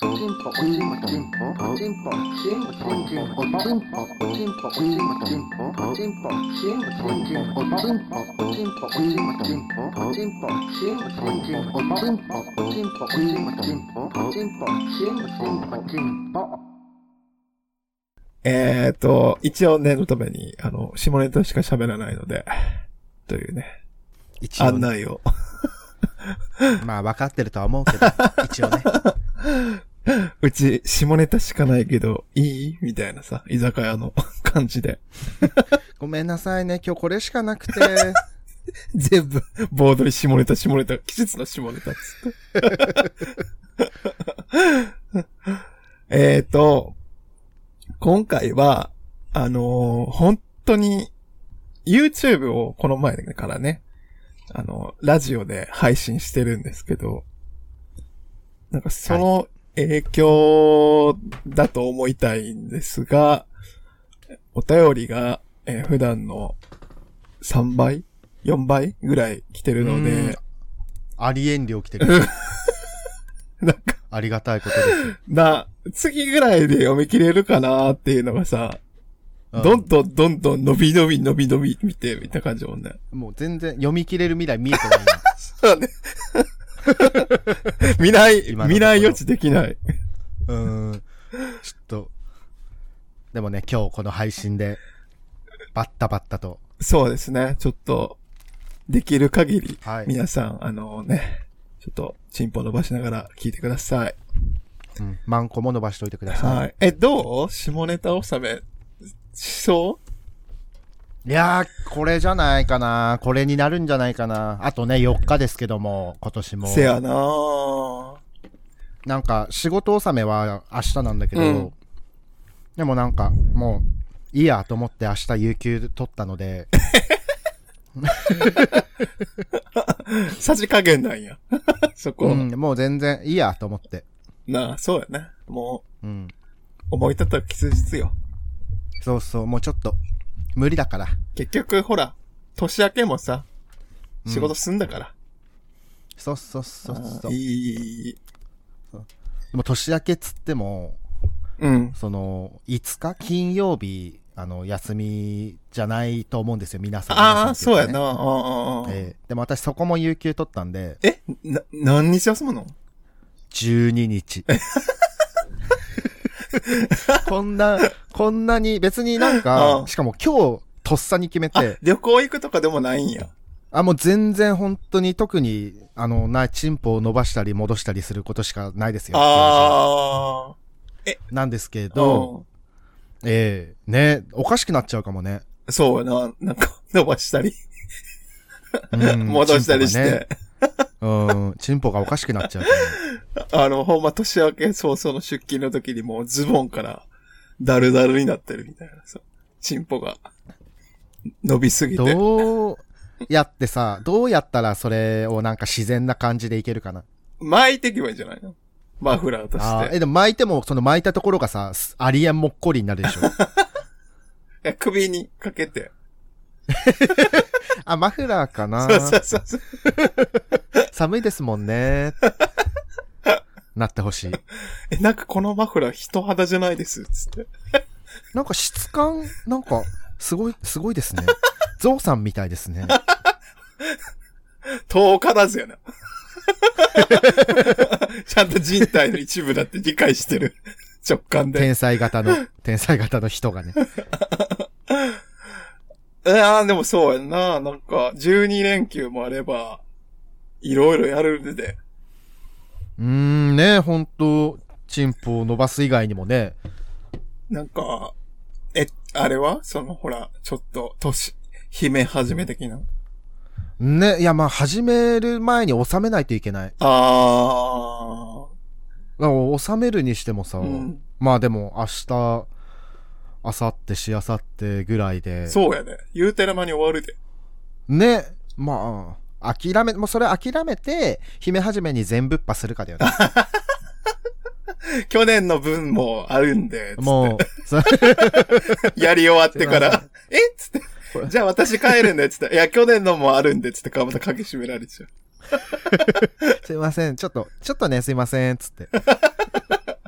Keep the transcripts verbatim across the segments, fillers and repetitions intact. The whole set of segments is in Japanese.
えーと、一応念のために、あの、下ネタしか喋らないので、というね、一応ね、案内を。 まあ分かってるとは思うけど、一応ね。 うち、下ネタしかないけど、いいみたいなさ、居酒屋の感じで。 ごめんなさいね、今日これしかなくて。 全部、ボードに下ネタ、下ネタ、季節の下ネタっつって。えーと、今回は、あのー、本当に、YouTube をこの前からね、あの、ラジオで配信してるんですけど、なんかその影響だと思いたいんですが、お便りが、えー、普段のさんばい ?よん 倍ぐらい来てるので、 ありえん量来てる。 なんか、 ありがたいことです。 な、次ぐらいで読み切れるかなーっていうのがさ、うん、どんどんどんどん伸び伸び伸び伸び見てみたいな感じもんね。 もう全然読み切れる未来見えてない。 そうね。見ない、見ない余地できない。 うーん。ちょっと。でもね、今日この配信で、バッタバッタと。 そうですね。ちょっと、できる限り、 はい、 皆さん、あのね、ちょっと、チンポ伸ばしながら聞いてください。 うん。マンコも伸ばしといてください。 はい。え、どう？下ネタ納めしそういやー、これじゃないかな。これになるんじゃないかな。あとね、よっかですけども、今年も。 せやなー。 なんか、仕事納めは明日なんだけど、うん、でもなんか、もう、いいやと思って明日有給取ったので。 さじ加減なんや。そこは、 うん。もう全然いいやと思って。 なあ、そうやね。もう、 うん、 思い立ったら吉日よ。 そうそう、もうちょっと、無理だから。 結局、ほら、年明けもさ、仕事すんだから。 うん、そうそうそうそう。 いい。 でも年明けっつっても、 うん。 その、いつか金曜日、あの、休みじゃないと思うんですよ、皆さん。 ああ、そうやな。ああ、 えー、でも私そこも有給取ったんで。 えな、何日休むの？ じゅうににち。こんな、こんなに、別になんか、しかも今日、とっさに決めて。 旅行行くとかでもないんや。 あ、もう全然本当に特に、あの、な、チンポを伸ばしたり戻したりすることしかないですよ。 ああ。 え。なんですけど、ええー、ね、おかしくなっちゃうかもね。 そうやな、なんか、伸ばしたり。戻したりして。 うん、チンポがおかしくなっちゃうかも。あの、ほんま年明け早々の出勤の時にもうズボンからダルダルになってるみたいなさ。チンポが伸びすぎて。 どうやってさ、どうやったらそれをなんか自然な感じでいけるかな。 巻いていけばいいんじゃないの？マフラーとして。 あえ、でも巻いてもその巻いたところがさ、アリエンもっこりになるでしょ。いや、首にかけて。 あ、マフラーかな。 そうそうそうそう。 寒いですもんね。なってほしい。 え、なんかこのマフラー人肌じゃないですつって。 なんか質感、なんか、すごい、すごいですね。ゾウさんみたいですね。 遠からずやな。ちゃんと人体の一部だって理解してる。直感で。 天才型の、天才型の人がね。 いやーでもそうやんな。なんか、じゅうにれんきゅうもあれば、いろいろやるで。 うーん、ね、ほんと、チンポを伸ばす以外にもね。 なんか、え、あれはそのほら、ちょっと、年、姫始め的な。 ね、いやまあ、始める前に収めないといけない。 あー。収めるにしてもさ、 うん、まあでも明日、明後日し明後日ぐらいで。 そうやね。言うてる間に終わるで。 ね、まあ、諦め、もうそれ諦めて、姫始めに全ぶっぱするかだよね。 去年の分もあるんで、つって。 もう、 やり終わってから、えっつって。じゃあ私帰るんで、つって。いや、去年のもあるんで、つって、また鍵閉められちゃう。 すいません、ちょっと、ちょっとね、すいません、つって。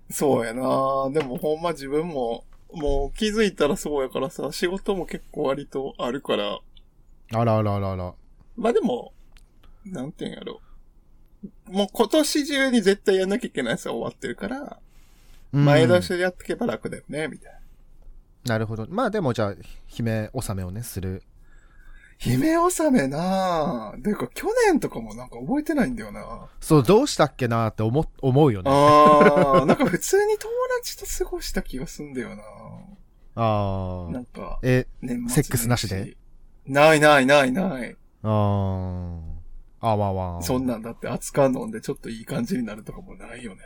そうやな。でもほんま自分も、もう気づいたらそうやからさ、仕事も結構割とあるから。 あらあらあらあら。 まあでも、なんていうんやろ。もう今年中に絶対やんなきゃいけないやつは終わってるから、前出しでやっていけば楽だよね、みたいな。なるほど。まあでもじゃあ、姫納めをね、する。 姫納めなぁ。てか去年とかもなんか覚えてないんだよな。 そう、どうしたっけなって思、思うよね。 ああ、なんか普通に友達と過ごした気がすんだよな。 ああ。 なんか、 え、 年末セックスなしで？ ないないないない。 あー。あわわ。 そんなんだって熱燗飲んでちょっといい感じになるとかもないよね。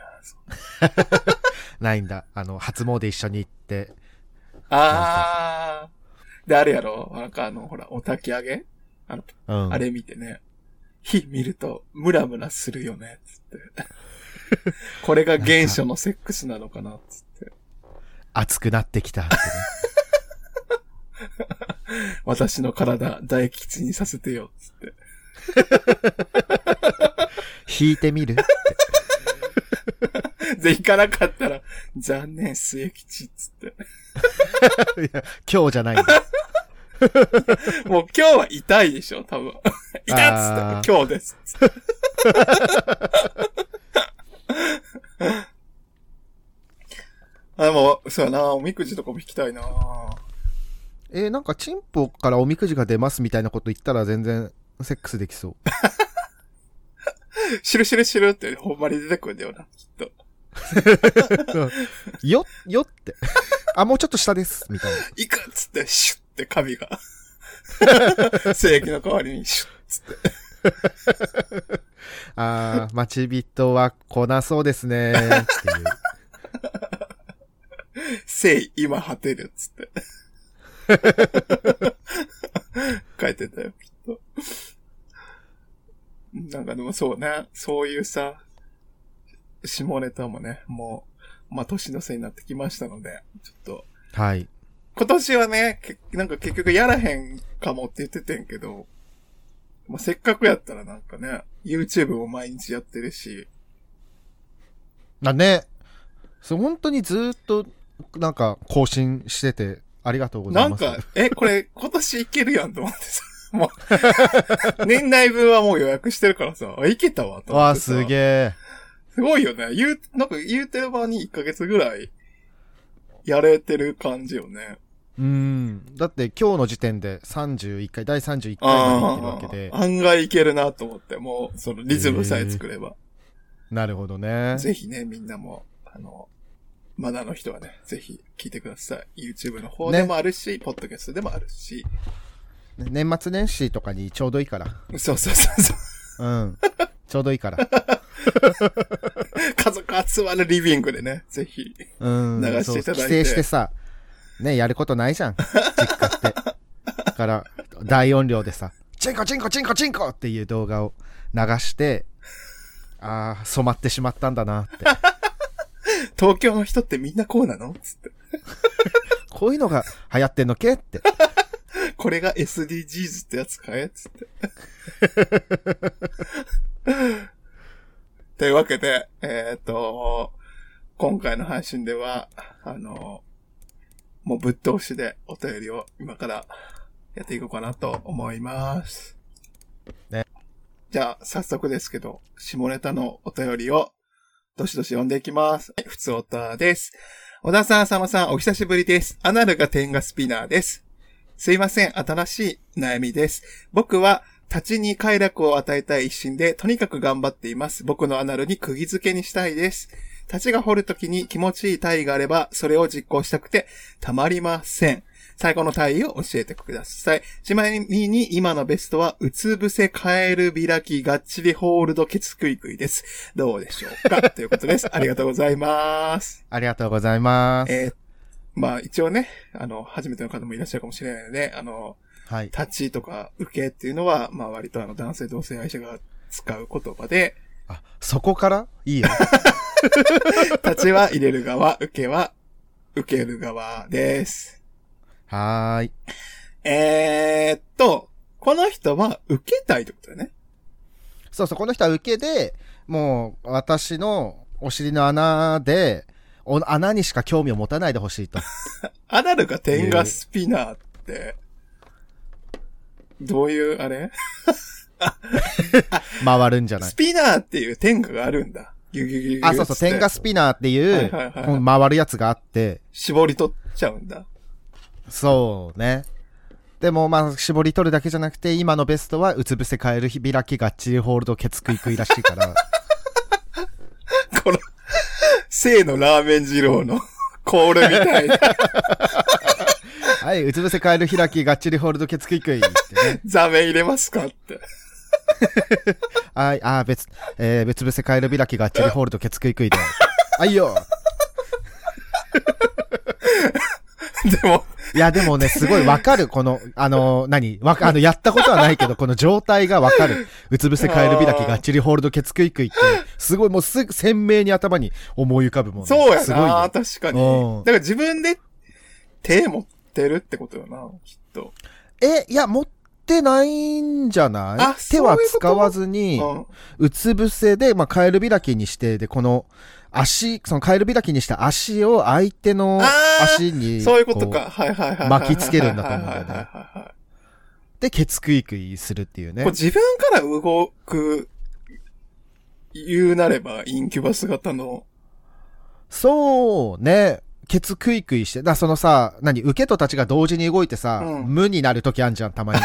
ないんだ。あの、初詣一緒に行って。 ああ。で、あれやろなんかあの、ほら、お焚き上げあの、 うん、 あれ見てね。火見ると、ムラムラするよね、つって。これが原初のセックスなのかな、つって。 熱くなってきたってね。 私の体、大吉にさせてよ、つって。 引いてみるって。 で、行かなかったら、残念、末吉、つって。 いや、今日じゃないんだ。 もう今日は痛いでしょ、多分。痛っつって、今日です。つってあ、でも、そうやな、おみくじとかも引きたいな。 えー、なんかチンポからおみくじが出ますみたいなこと言ったら全然セックスできそう。 シュルシュルシュルってほんまに出てくるんだよな、きっと。 よ、よって。あ、もうちょっと下です。みたいな。 行くっつって、シュッって髪が。正規の代わりにシュッつって。 あー、待ち人は来なそうですねっていう。 せい、今果てるっつって。書いてたよ、きっと。なんかでもそうね、そういうさ、下ネタもね、もう、まあ、年のせいになってきましたので、ちょっと。 はい。 今年はね、なんか結局やらへんかもって言っててんけど、まあ、せっかくやったらなんかね、YouTube も毎日やってるし。 だね。そう、本当にずーっと、なんか、更新してて、ありがとうございます。 なんか、え、これ、今年いけるやんと思ってさ。もう、年内分はもう予約してるからさ、あ、いけたわ、と思ってさ。 わあ、すげえ。 すごいよね。言う、なんか言うてる間にいっかげつぐらい、やれてる感じよね。 うん。だって今日の時点でさんじゅういっかい、だいさんじゅういっかいまでいってるわけで。 案外いけるなと思って、もう、そのリズムさえ作れば。 なるほどね。 ぜひね、みんなも、あの、まだの人はね、ぜひ聞いてください。YouTube の方でもあるし、ね、ポッドキャストでもあるし。 年末年始とかにちょうどいいから。 そうそうそうそう。 うん。ちょうどいいから。 家族集まるリビングでね、ぜひ、 うん、 流していただいて。 帰省してさ、ね、やることないじゃん。実家って。だから、大音量でさ、チンコチンコチンコチンコっていう動画を流して、あー、染まってしまったんだなって。 東京の人ってみんなこうなのつって。 こういうのが流行ってんのけって。 これが エスディージーズ ってやつかいつって。というわけで、えっと、今回の配信では、あの、もうぶっ通しでお便りを今からやっていこうかなと思います。 ね。 じゃあ、早速ですけど、下ネタのお便りをどしどし読んでいきます。はい、ふつおたです。小田さん、さまさん、お久しぶりです。アナルが点がスピナーです。すいません、新しい悩みです。僕は、立ちに快楽を与えたい一心で、とにかく頑張っています。僕のアナルに釘付けにしたいです。立ちが掘るときに気持ちいい体位があれば、それを実行したくてたまりません。最後の体位を教えてください。ちなみに今のベストは、うつ伏せカエル開きがっちりホールドケツクイクイです。どうでしょうかということです。ありがとうございます。 ありがとうございます。 えー、まあ一応ね、あの、初めての方もいらっしゃるかもしれないので、あの、はい、立ちとか受けっていうのは、まあ割とあの男性同性愛者が使う言葉で、 あ、そこからいいよ。 立ちは入れる側、受けは受ける側です。 はーい。 えーっと、この人は受けたいってことだよね。 そうそう、この人は受けで、もう私のお尻の穴で、 お穴にしか興味を持たないでほしいと。 アナルが天下スピナーって、どういう、あれ回るんじゃない？ スピナーっていう天下があるんだ。ギュギュギュギュあ、そうそう、天下スピナーっていう、はいはいはいはい、回るやつがあって。 絞り取っちゃうんだ。 そうね。でもまあ、絞り取るだけじゃなくて、今のベストは、うつ伏せカエル開きがっちりホールドケツクイクイらしいから。 この、生のラーメン二郎のコールみたいな。 はい、うつ伏せカエル開きがっちりホールドケツクイクイってね。 ザメ入れますかって。 はい、あー、別、えー、うつ伏せカエル開きがっちりホールドケツクイクイで。あいよ。 でも。 いや、でもね、すごいわかる。この、あの、何わか、あの、やったことはないけど、この状態がわかる。うつ伏せカエル開きがっちりホールドケツクイクイって、すごいもうすぐ鮮明に頭に思い浮かぶもんね。 そうやな、 すごいよ確かに。だから自分で手持ってるってことよな、きっと。 え、いや、持ってないんじゃない手は使わずに、うん、うつ伏せで、まあ、カエル開きにして、で、この、足、そのカエル開きにした足を相手の足に、 そういうことか。はいはいはい。 巻きつけるんだと思うんだよね。で、ケツクイクイするっていうね。 これ自分から動く、言うなれば、インキュバス型の。 そうね。ケツクイクイして。だそのさ、何、受けとたちが同時に動いてさ、うん、無になるときあんじゃん、たまに。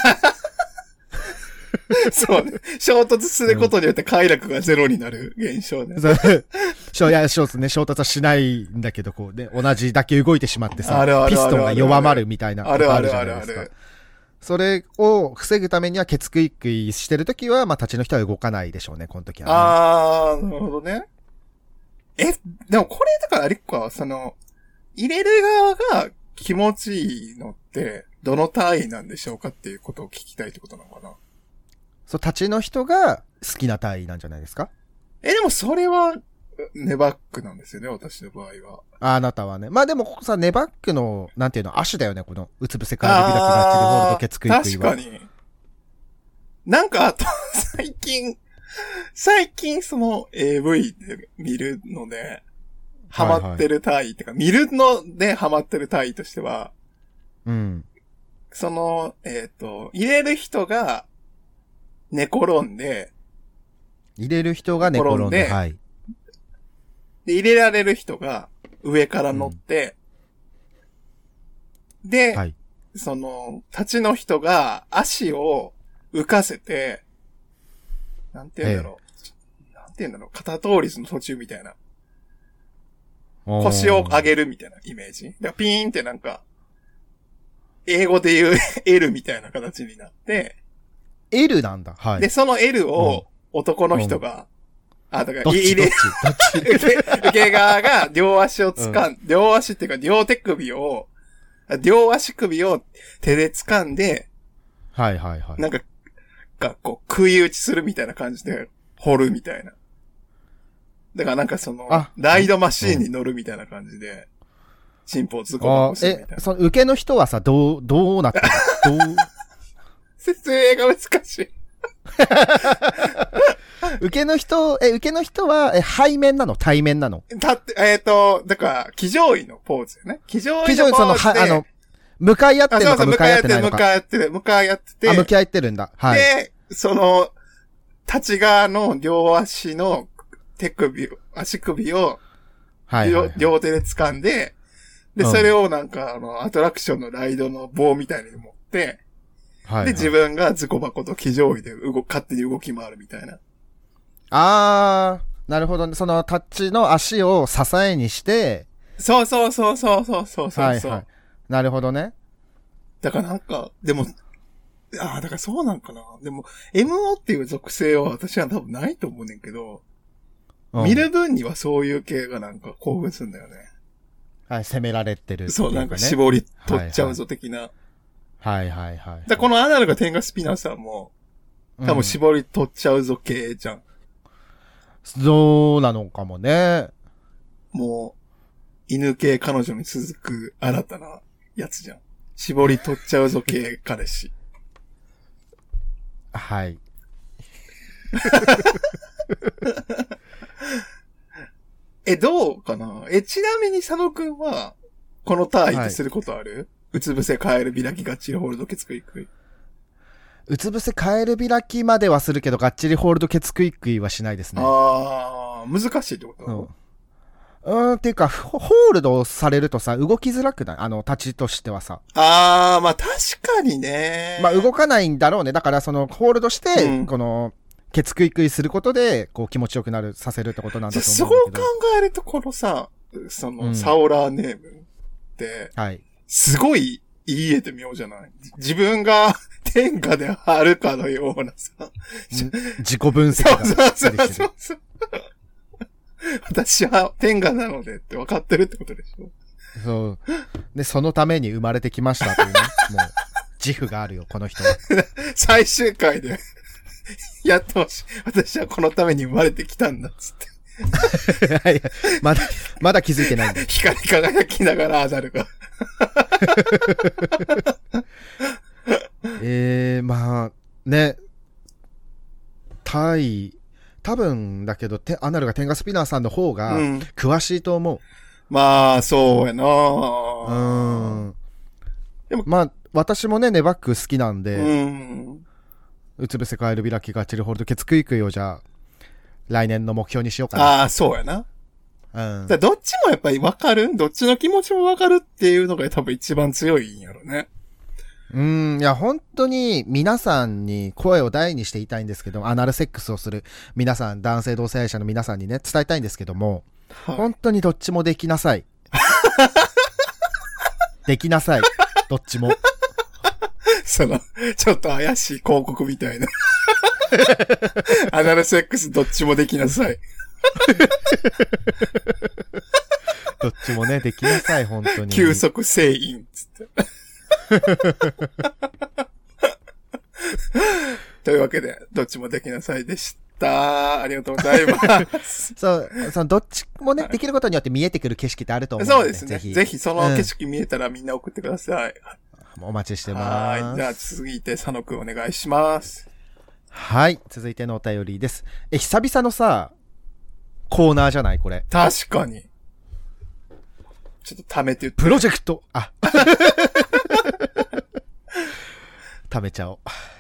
そうね。衝突することによって快楽がゼロになる現象ね。 そう、いや、そうですね。衝突はしないんだけど、こうね、同じだけ動いてしまってさ、ピストンが弱まるみたいなことあるじゃないですか。それを防ぐためには、ケツクイクイしてるときは、まあ、立ちの人は動かないでしょうね、この時は、ね。 あー、なるほどね。え、でもこれだからあれか、その、入れる側が気持ちいいのって、どの単位なんでしょうかっていうことを聞きたいってことなのかな。 そう、立ちの人が好きな単位なんじゃないですか？ え、でもそれは、ネバックなんですよね、私の場合は。 あ、あなたはね。まあでも、ここさ、ネバックの、なんていうの、足だよね、この、うつ伏せカエル開きがっちりホールドケツクイクイは。 確かに。なんか、あと、最近、最近その エーブイ で見るので、ハマってる単位ってか、見るのでハマってる単位としては、 うん。 その、えっと、入れる人が、寝転んで、 入れる人が寝転んで、はい。 で、入れられる人が上から乗って、うん、で、はい、その、立ちの人が足を浮かせて、なんて言うんだろう。なんて言うんだろう。片倒立の途中みたいな。腰を上げるみたいなイメージ。だからピーンってなんか、英語で言う L みたいな形になって、 L なんだ。はい。 で、その L を男の人が、うん、あ、だから、入れ、受け側が両足を掴ん、うん、両足っていうか両手首を、両足首を手で掴んで、 はいはいはい。 なんか、がこう、食い打ちするみたいな感じで、掘るみたいな。だからなんかその、ライドマシーンに乗るみたいな感じで、チンポをズコバコするみたいな。 え、その受けの人はさ、どう、どうなってるどう説明が難しい。 受けの人、え、受けの人は、え、背面なの対面なの立って、えっ、ー、と、だから、騎乗位のポーズよね。騎乗位のポーズで。騎乗位、その、は、あの、 向かい合ってるのか向かい合ってないのか。 向かい合ってる、向かい合ってて。 あ、向き合ってるんだ。はい。 で、その、立ち側の両足の手首、足首を、はい、はい、両手で掴んで、で、それをなんか、あの、アトラクションのライドの棒みたいに持って、はいはい、で、自分がズコバコと騎乗位で動、勝手に動き回るみたいな。 あー、なるほどね。そのタッチの足を支えにして、 そうそうそうそうそうそうそう。はいはい。 なるほどね。 だからなんか、でも、ああ、だからそうなんかな。でも、エムオー っていう属性は私は多分ないと思うねんけど、うん、見る分にはそういう系がなんか興奮するんだよね。 はい、攻められてるっていうか、ね。 そう、なんか絞り取っちゃうぞ的な。 はいはいはい、はい。 だこのアナルが天下スピナーさんも、多分絞り取っちゃうぞ系じゃん。 うん、そうなのかもね。 もう、犬系彼女に続く新たなやつじゃん。絞り取っちゃうぞ系彼氏。 はい。 え、どうかなえ、ちなみに佐野くんは、この単位ですることある、はい、うつ伏せカエル開きがっちりホールドケツクイクイ。 うつ伏せカエル開きまではするけど、がっちりホールドケツクイクイはしないですね。 あー、難しいってこと、 うんうーんっていうか、ホールドされるとさ、動きづらくないあの、立ちとしてはさ。 あー、まあ確かにね。 まあ動かないんだろうね。だからその、ホールドして、うん、この、ケツクイクイすることで、こう気持ちよくなる、させるってことなんだと思うんだけど。 そう考えると、このさ、その、うん、サオラーネームって、はい。すごい、いい絵で見ようじゃない自分が天下であるかのようなさ。 自己分析が。 そうそうそうそう。私は天下なのでって分かってるってことでしょ。 そう。で、そのために生まれてきましたというね。もう、自負があるよ、この人は。 最終回で、やってほしい。私はこのために生まれてきたんだっつって。 いやいや、まだ、まだ気づいてないんだよ。 光り輝きながらアダルが。 えー、まあ、ね。タイ、多分だけど、アナルがテンガスピナーさんの方が詳しいと思う。うん、 まあ、そうやなうん。でもまあ、私もね、ネバック好きなんで、うん、うつ伏せカエル開きがっちりホールドケツクイクイをじゃあ、来年の目標にしようかな。 ああ、そうやな。うん。どっちもやっぱり分かるどっちの気持ちも分かるっていうのが多分一番強いんやろね。 うーん、いや、本当に皆さんに声を大にして言いたいんですけど、アナルセックスをする皆さん、男性同性愛者の皆さんにね、伝えたいんですけども、はい、本当にどっちもできなさい。できなさい。どっちも。 その、ちょっと怪しい広告みたいな。アナルセックスどっちもできなさい。 どっちもね、できなさい、本当に。 急速成員つって。というわけで、どっちもできなさいでした。ありがとうございます。 そう、そのどっちもね、できることによって見えてくる景色ってあると思うので、 そうですね。ぜひ、ぜひその景色見えたらみんな送ってください。 うん、お待ちしてます。 はい。じゃあ続いて佐野くんお願いします。 はい。続いてのお便りです。え、久々のさ、コーナーじゃないこれ。 確かに。ちょっと貯めてプロジェクトあ貯めちゃおう。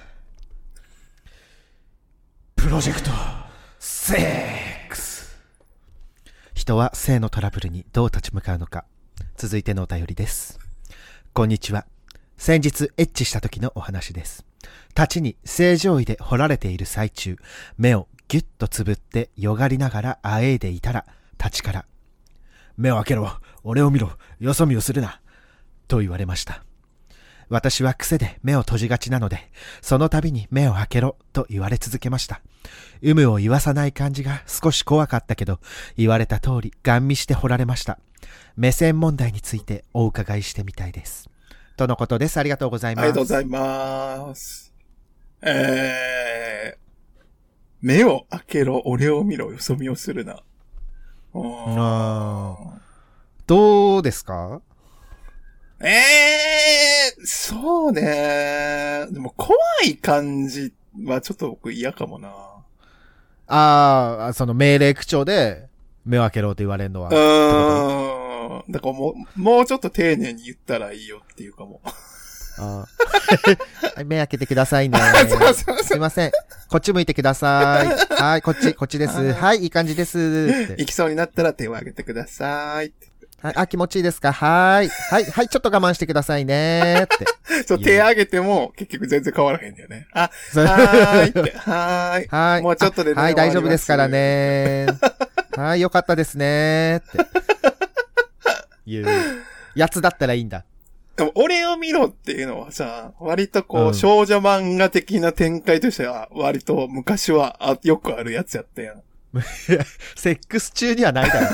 プロジェクトセックス。人は性のトラブルにどう立ち向かうのか。続いてのお便りです。こんにちは。先日エッチした時のお話です。立ちに正常位で掘られている最中、目をギュッとつぶってよがりながらあえいでいたら、立ちから目を開けろ、俺を見ろ、よそ見をするなと言われました。私は癖で目を閉じがちなので、その度に目を開けろと言われ続けました。有無を言わさない感じが少し怖かったけど、言われた通りガン見して掘られました。目線問題についてお伺いしてみたいです。とのことです。ありがとうございます。 ありがとうございます。えー、目を開けろ、俺を見ろ、よそ見をするな。 あどうですか？ ええー、そうね。でも怖い感じはちょっと僕嫌かもな。 ああ、その命令口調で目を開けろと言われるのは。うーん。だからもう、もうちょっと丁寧に言ったらいいよっていうかも。 ああ目開けてくださいね。 そうそうそうすいません。こっち向いてください。はい、こっち、こっちです。はい、いい感じです。 行きそうになったら手を挙げてください。 はい、あ、気持ちいいですか？はい。はい、はい、ちょっと我慢してくださいね。って。 そう、手挙げても結局全然変わらへんだよね。あ、はーいって。はーい。 はい。 もうちょっとでね。 はい、大丈夫ですからね。はい、よかったですね。って。いうやつだったらいいんだ。 でも、俺を見ろっていうのはさ、割とこう、うん、少女漫画的な展開としては、割と昔はあよくあるやつやったやん。 セックス中にはないだろ。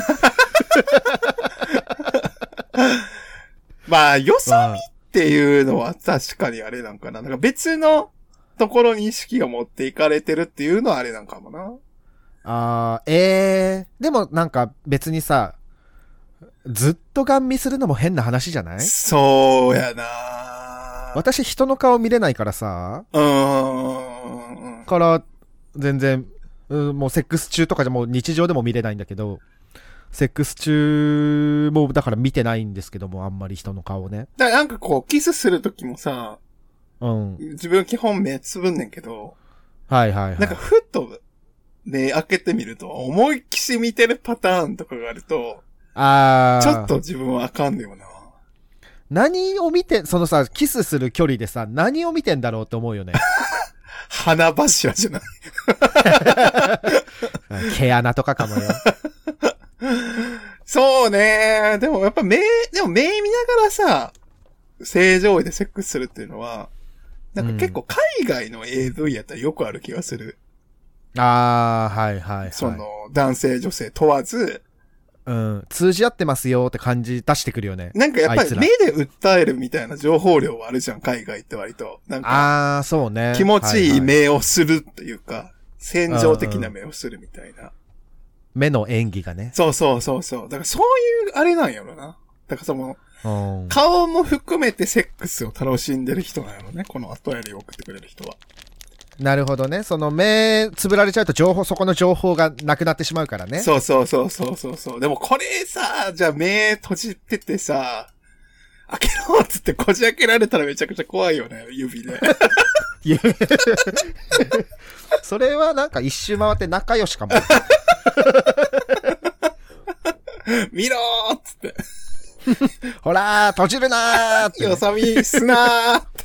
まあ、よそ見っていうのは確かにあれなんかな。なんか別のところに意識が持っていかれてるっていうのはあれなんかもな。 あー、えー、でもなんか別にさ、ずっとガン見するのも変な話じゃない？ そうやな。 私人の顔見れないからさ。 うーん。 から、全然、うん、もうセックス中とかじゃもう日常でも見れないんだけど、 セックス中も、だから見てないんですけども、あんまり人の顔ね。 だからなんかこう、キスするときもさ、 うん。 自分基本目つぶんねんけど、 はいはいはい。 なんかふっと目開けてみると、思いっきし見てるパターンとかがあると、 あー。 ちょっと自分はあかんねよな。 何を見て、そのさ、キスする距離でさ、何を見てんだろうって思うよね。 鼻柱じゃない。 毛穴とかかもよ。 そうね。でもやっぱ目、でも目見ながらさ、正常位でセックスするっていうのは、なんか結構海外の エーブイ やったらよくある気がする。 うん、あー、はいはいはい。 その、男性女性問わず、 うん、通じ合ってますよって感じ出してくるよね。 なんかやっぱり目で訴えるみたいな情報量はあるじゃん、海外って割と。なんか、 あー、そうね。 気持ちいい目をするっていうか、はいはい、戦場的な目をするみたいな、うんうん。 目の演技がね。 そうそうそうそう。だからそういうあれなんやろな。だからその、 うん、 顔も含めてセックスを楽しんでる人なんやろね。この後やりを送ってくれる人は。 なるほどね。その目つぶられちゃうと情報、そこの情報がなくなってしまうからね。 そうそうそうそうそうそう。でもこれさ、じゃあ目閉じててさ、開けろっつってこじ開けられたらめちゃくちゃ怖いよね、指で。 それはなんか一周回って仲良しかも。 見ろーっつって。 ほらー、閉じるなーって、ね。 よさみすなー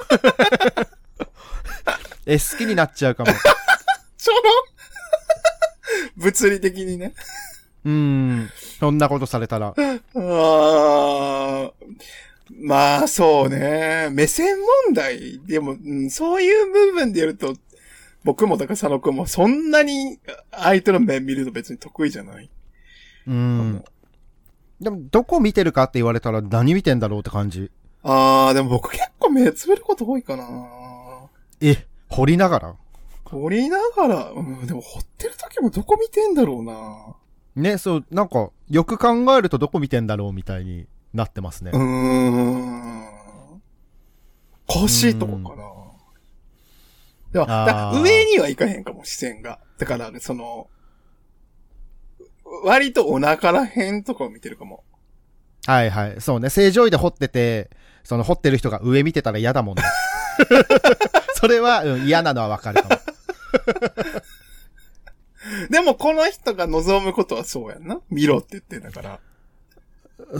え、好きになっちゃうかも。 ちょろ物理的にね。 うーん。そんなことされたら。 あまあ、そうね。目線問題。でも、うん、そういう部分で言うと、僕もだから佐野くんもそんなに相手の目見るの別に得意じゃない。 うん。でも、どこ見てるかって言われたら何見てんだろうって感じ。 あー、でも僕結構目つぶること多いかな。 え、掘りながら掘りながら、うん、でも掘ってる時もどこ見てんだろうな。 ね、そう、なんか、よく考えるとどこ見てんだろうみたいになってますね。 うーん。腰とかかな。でも、だ上には行かへんかも、視線が。だから、その、割とお腹らへんとかを見てるかも。 はいはい。そうね。正常位で掘ってて、その掘ってる人が上見てたら嫌だもんね。それは、うん、嫌なのはわかるかも。 でもこの人が望むことはそうやんな。見ろって言ってんだから。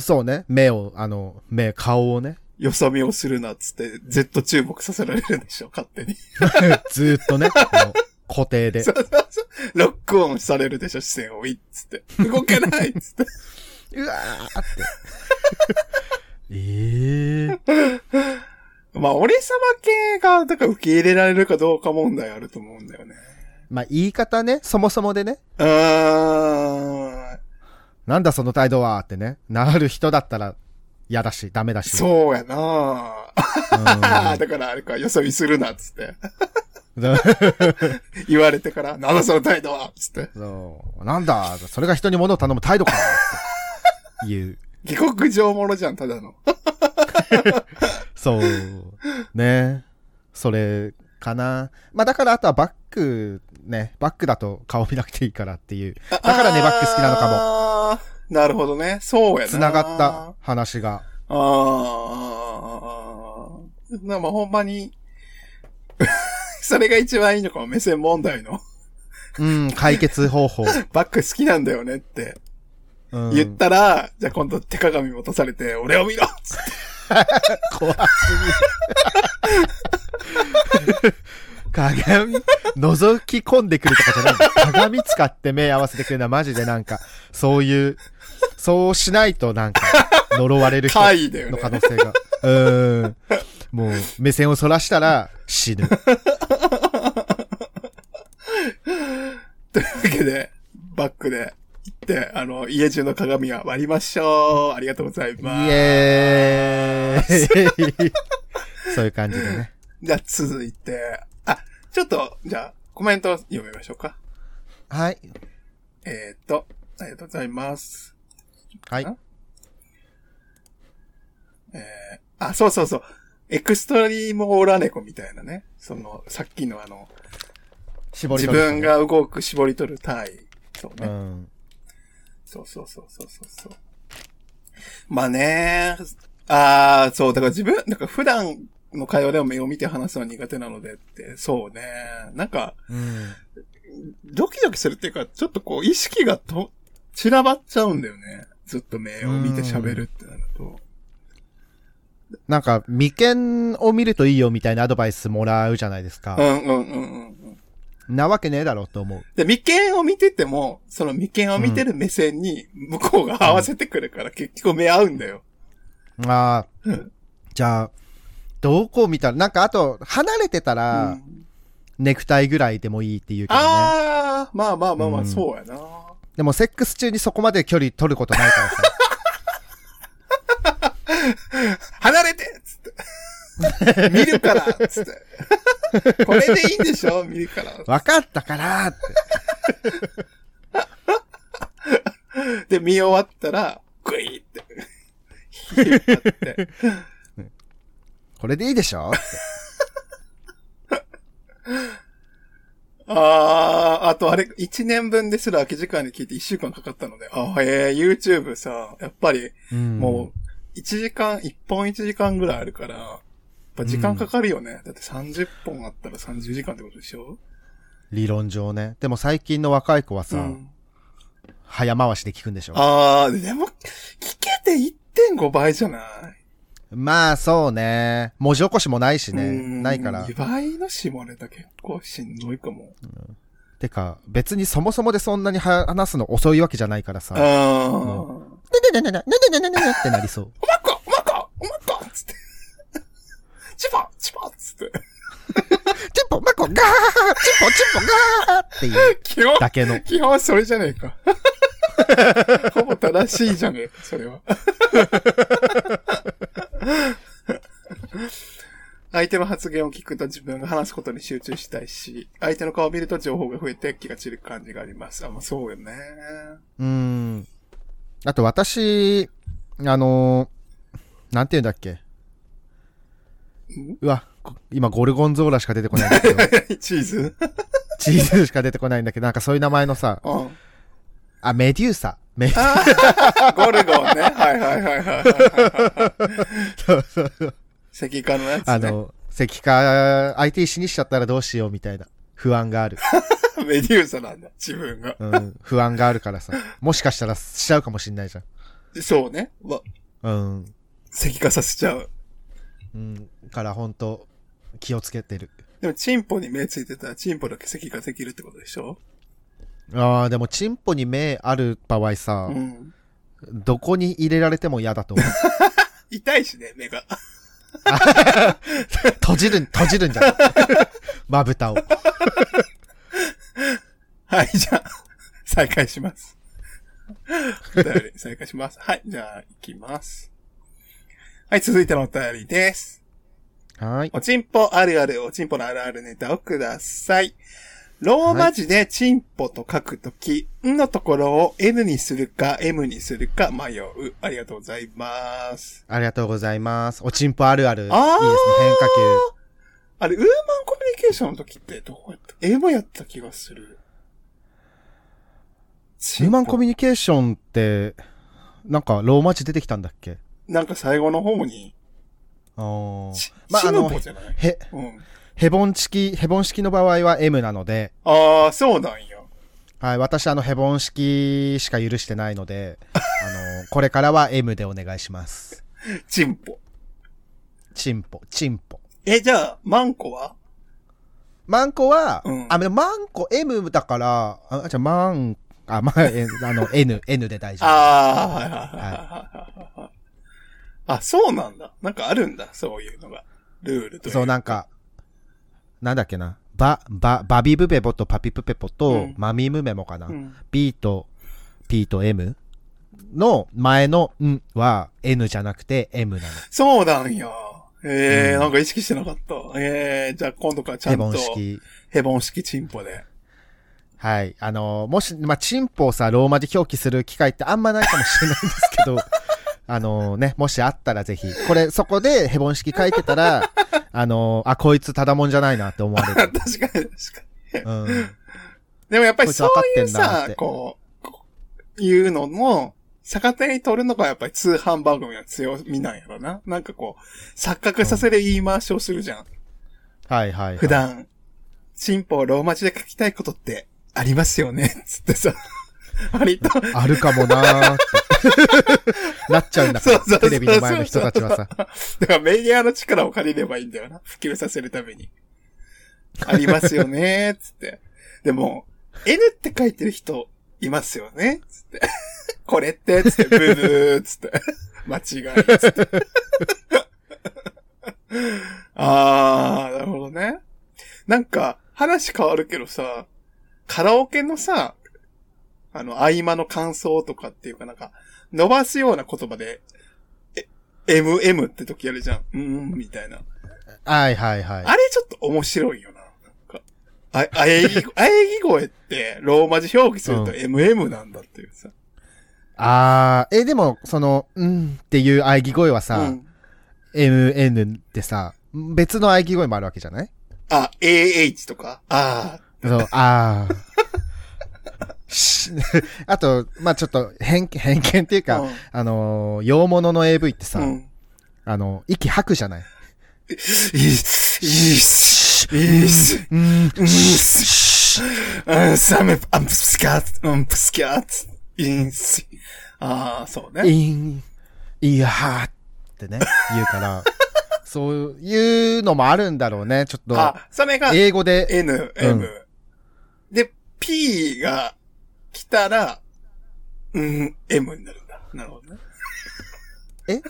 そうね。目を、あの、目、顔をね。 よそ見をするなっつって、Z 注目させられるんでしょ、勝手に。 ずーっとね。固定で。 そうそうそう。ロックオンされるでしょ、視線を。いっつって。動けないっつって。 うわーって。ええー。まあ、俺様系が、だから受け入れられるかどうか問題あると思うんだよね。 まあ、言い方ね、そもそもでね。 うーん。 なんだその態度はってね。なる人だったら嫌だし、ダメだし。 そうやなぁ。だからあれか、よそ見するなっつって。言われてから、なんだその態度はつって。 そう。なんだ、それが人に物を頼む態度かって言う。 下克上者じゃん、ただの。 そう。ね。それかな。まあだからあとはバック、ね。バックだと顔見なくていいからっていう。だからね、バック好きなのかも。 あー、なるほどね。そうやな。 繋がった話が。 あー。まあほんまに、それが一番いいのかも、目線問題の。 うん、解決方法。 バック好きなんだよねって。うん、言ったら、じゃあ今度手鏡持たされて、俺を見ろっつって。 怖すぎ。鏡、覗き込んでくるとかじゃない。鏡使って目合わせてくるのはマジでなんか、そういう、そうしないとなんか、呪われる人の可能性が。うーん。もう、目線をそらしたら死ぬ。 というわけで、バックで行って、あの、家中の鏡は割りましょう。ありがとうございます。 イエーイ。そういう感じでね。 じゃあ続いて、あ、ちょっと、じゃあ、コメント読みましょうか。 はい。 えーっと、ありがとうございます。 はい。 えー、あ、そうそうそう。エクストリームオーラ猫みたいなね。その、さっきのあの、 絞り自分が動く絞り取る単位。そうね。 うん、 そうそうそうそうそうそう。まあね、ああ、そう、だから自分、なんか普段の会話でも目を見て話すのは苦手なのでって、そうね、なんか、 うん、 ドキドキするっていうか、ちょっとこう意識がと、散らばっちゃうんだよね。ずっと目を見て喋るってなると。 なんか、眉間を見るといいよみたいなアドバイスもらうじゃないですか。 うんうんうんうんうん。 なわけねえだろうと思う。 で、眉間を見てても、その眉間を見てる目線に向こうが合わせてくるから、結局目合うんだよ。 ああ、じゃあ、どこ見たら、なんかあと、離れてたら、うん、ネクタイぐらいでもいいって言うけどね。 ああ、まあまあまあまあ、うん、そうやな。 でも、セックス中にそこまで距離取ることないからさ。 離れてっつって。見るからっつって。これでいいんでしょ見るから。 分かったからって。 で、見終わったら、グイーって。引っ張って。 これでいいでしょって。 あー、あとあれ、一年分ですら空き時間に聞いて一週間かかったので、あー、えー、YouTube さ、やっぱり、もう、一時間、一本一時間ぐらいあるから、やっぱ時間かかるよね。うん、だってさんじゅっぽんあったらさんじゅうじかんってことでしょ？ 理論上ね。でも最近の若い子はさ、うん、早回しで聞くんでしょ？ あー、でも、聞けて いってんご 倍じゃない？ まあそうね。文字起こしもないしね。ないから。 にばいの下ネタ結構しんどいかも。うん、 てか、別にそもそもでそんなに話すの遅いわけじゃないからさ。 あー。 ねねねねねねねねねねってなりそう。 おまっこおまっこおまっこつって。チポチポつって。 チポまっこガーチポチポガーっていう基本だけの。 基本それじゃねえか。ほぼ正しいじゃねえか、それは。相手の発言を聞くと自分が話すことに集中したいし、相手の顔を見ると情報が増えて気が散る感じがあります。あ、まあそうよね。 うーん。あと私、あのー、なんて言うんだっけ。うわ、今ゴルゴンゾーラしか出てこないんだけど。 チーズチーズしか出てこないんだけど、なんかそういう名前のさ、うん、あ、メデューサ。メデューサ。ゴルゴンね。はいはいはいはい。そうそうそう。石化のやつね。 あの、石化、相手死にしちゃったらどうしようみたいな不安がある。 メデューサなんだ、自分が。 うん、不安があるからさ。もしかしたらしちゃうかもしんないじゃん。 そうね。ま、 うん。 石化させちゃう。 うん。からほんと、気をつけてる。 でも、チンポに目ついてたら、チンポだけ石化できるってことでしょ？ ああ、でも、チンポに目ある場合さ、うん、どこに入れられても嫌だと思う。 痛いしね、目が。 閉じる、閉じるんじゃないまぶたを。 はい、じゃあ、再開します。お便り再開します。はい、じゃあ、行きます。はい、続いてのお便りです。 はい。 おちんぽあるある、おちんぽのあるあるネタをください。ローマ字でチンポと書くとき、んのところを N にするか M にするか迷う。ありがとうございます。 ありがとうございます。おちんぽあるある。いいですね、 変化球。 あれ、ウーマンコミュニケーションの時ってどこやった？ M やった気がする。 ウーマンコミュニケーションって、なんかローマ字出てきたんだっけ？ なんか最後の方に。 ああ。 まあ、あの、 へ、うん。ヘボン式、ヘボン式の場合は M なので。 ああ、そうなんや。 はい、私あのヘボン式しか許してないので、あの、これからは M でお願いします。 チンポ。 チンポ、チンポ。 え、じゃあ、マンコは？ マンコは、 うん、 あ、マンコ M だから、あ、じゃあマン、あ、まあ、あの、N、N で大丈夫。 ああ、はいはいはいはい。あ、そうなんだ。なんかあるんだ、そういうのが。ルールというか。 そう、なんか、なんだっけな。バ、バ、バビブペポとパピプペポと、うん、マミムメモかな。うん、B と P と M の前のんは N じゃなくて M なの。 そうなんや。えー、うん、なんか意識してなかった。えー、じゃあ今度からちゃんと。ヘボン式。ヘボン式チンポで。 はい。あのー、もし、まあ、チンポをさ、ローマ字表記する機会ってあんまないかもしれないんですけど、あのね、もしあったらぜひ、これ、そこでヘボン式書いてたら、あのー、あ、こいつただもんじゃないなって思われる。 確かに、確かに。うん。でもやっぱりそういうさ、こう、 いうのの、逆手に取るのがやっぱり通販番組の強みなんやろな。なんかこう、錯覚させる言い回しをするじゃん。 はいはい、はい。 普段、進歩をローマ字で書きたいことってありますよね。つってさ。割と。 あるかもなーって。なっちゃうんだから。そうそうそうそうテレビの前の人たちはさ。 だからメディアの力を借りればいいんだよな。普及させるために。ありますよねーつって。でも、N って書いてる人いますよねつって。これって、つって、ブーブーつって。間違い、つって。あー、なるほどね。なんか、話変わるけどさ、カラオケのさ、あの、合間の感想とかっていうかなんか、伸ばすような言葉で、え、エムエム って時あるじゃん。うーん、みたいな。 はいはいはい。 あれちょっと面白いよな。なんかあ、あえぎ、あえぎ声って、ローマ字表記すると エムエム なんだっていうさ。うん、 あー、え、でも、その、うんっていう喘ぎ声はさ、うん、エムエヌ ってさ、別の喘ぎ声もあるわけじゃない？ あ、エーエイチ とかあー。そう、あー。あと、まあちょっと偏、偏見っていうか、うん、あのー、洋物の エーブイ ってさ、うん、あの、息吐くじゃない？いいっす、いいっす、いいっす、うん、いいっす、 うん、サメ、アンプスキャーツ、うん、プスキャーツ、いいっす。ああ、そうね。 イン、イヤーってね、言うから、そういうのもあるんだろうね、ちょっと。 あ、それが、 英語で。 N、M、うん。で、P が来たら、うん、M になるんだ。なるほどね。 え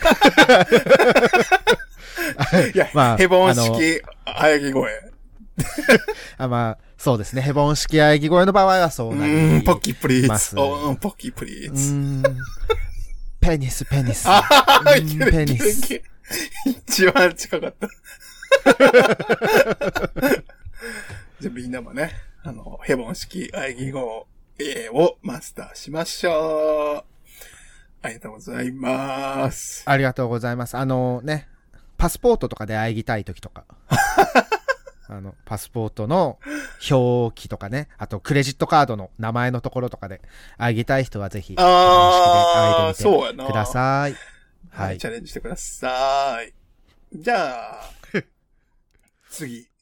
いや、まあ、ヘボン式、喘ぎ声。 あ、まあ、そうですね。ヘボン式喘ぎ声の場合はそうなります。 うん、ポッキープリーズ。おー、ポッキープリーズ。うん。 ペニス、ペニス。 ああ、いける、ペニス。一番近かった。じゃあみんなもね、あの、ヘボン式喘ぎ声をマスターしましょう。ありがとうございます。 ありがとうございます。あのね、パスポートとかで喘ぎたいときとか。あの、パスポートの表記とかね、あとクレジットカードの名前のところとかで喘ぎたい人はぜひ、 ああ、そうやな。 ください。 はい、チャレンジしてください。じゃあ、次。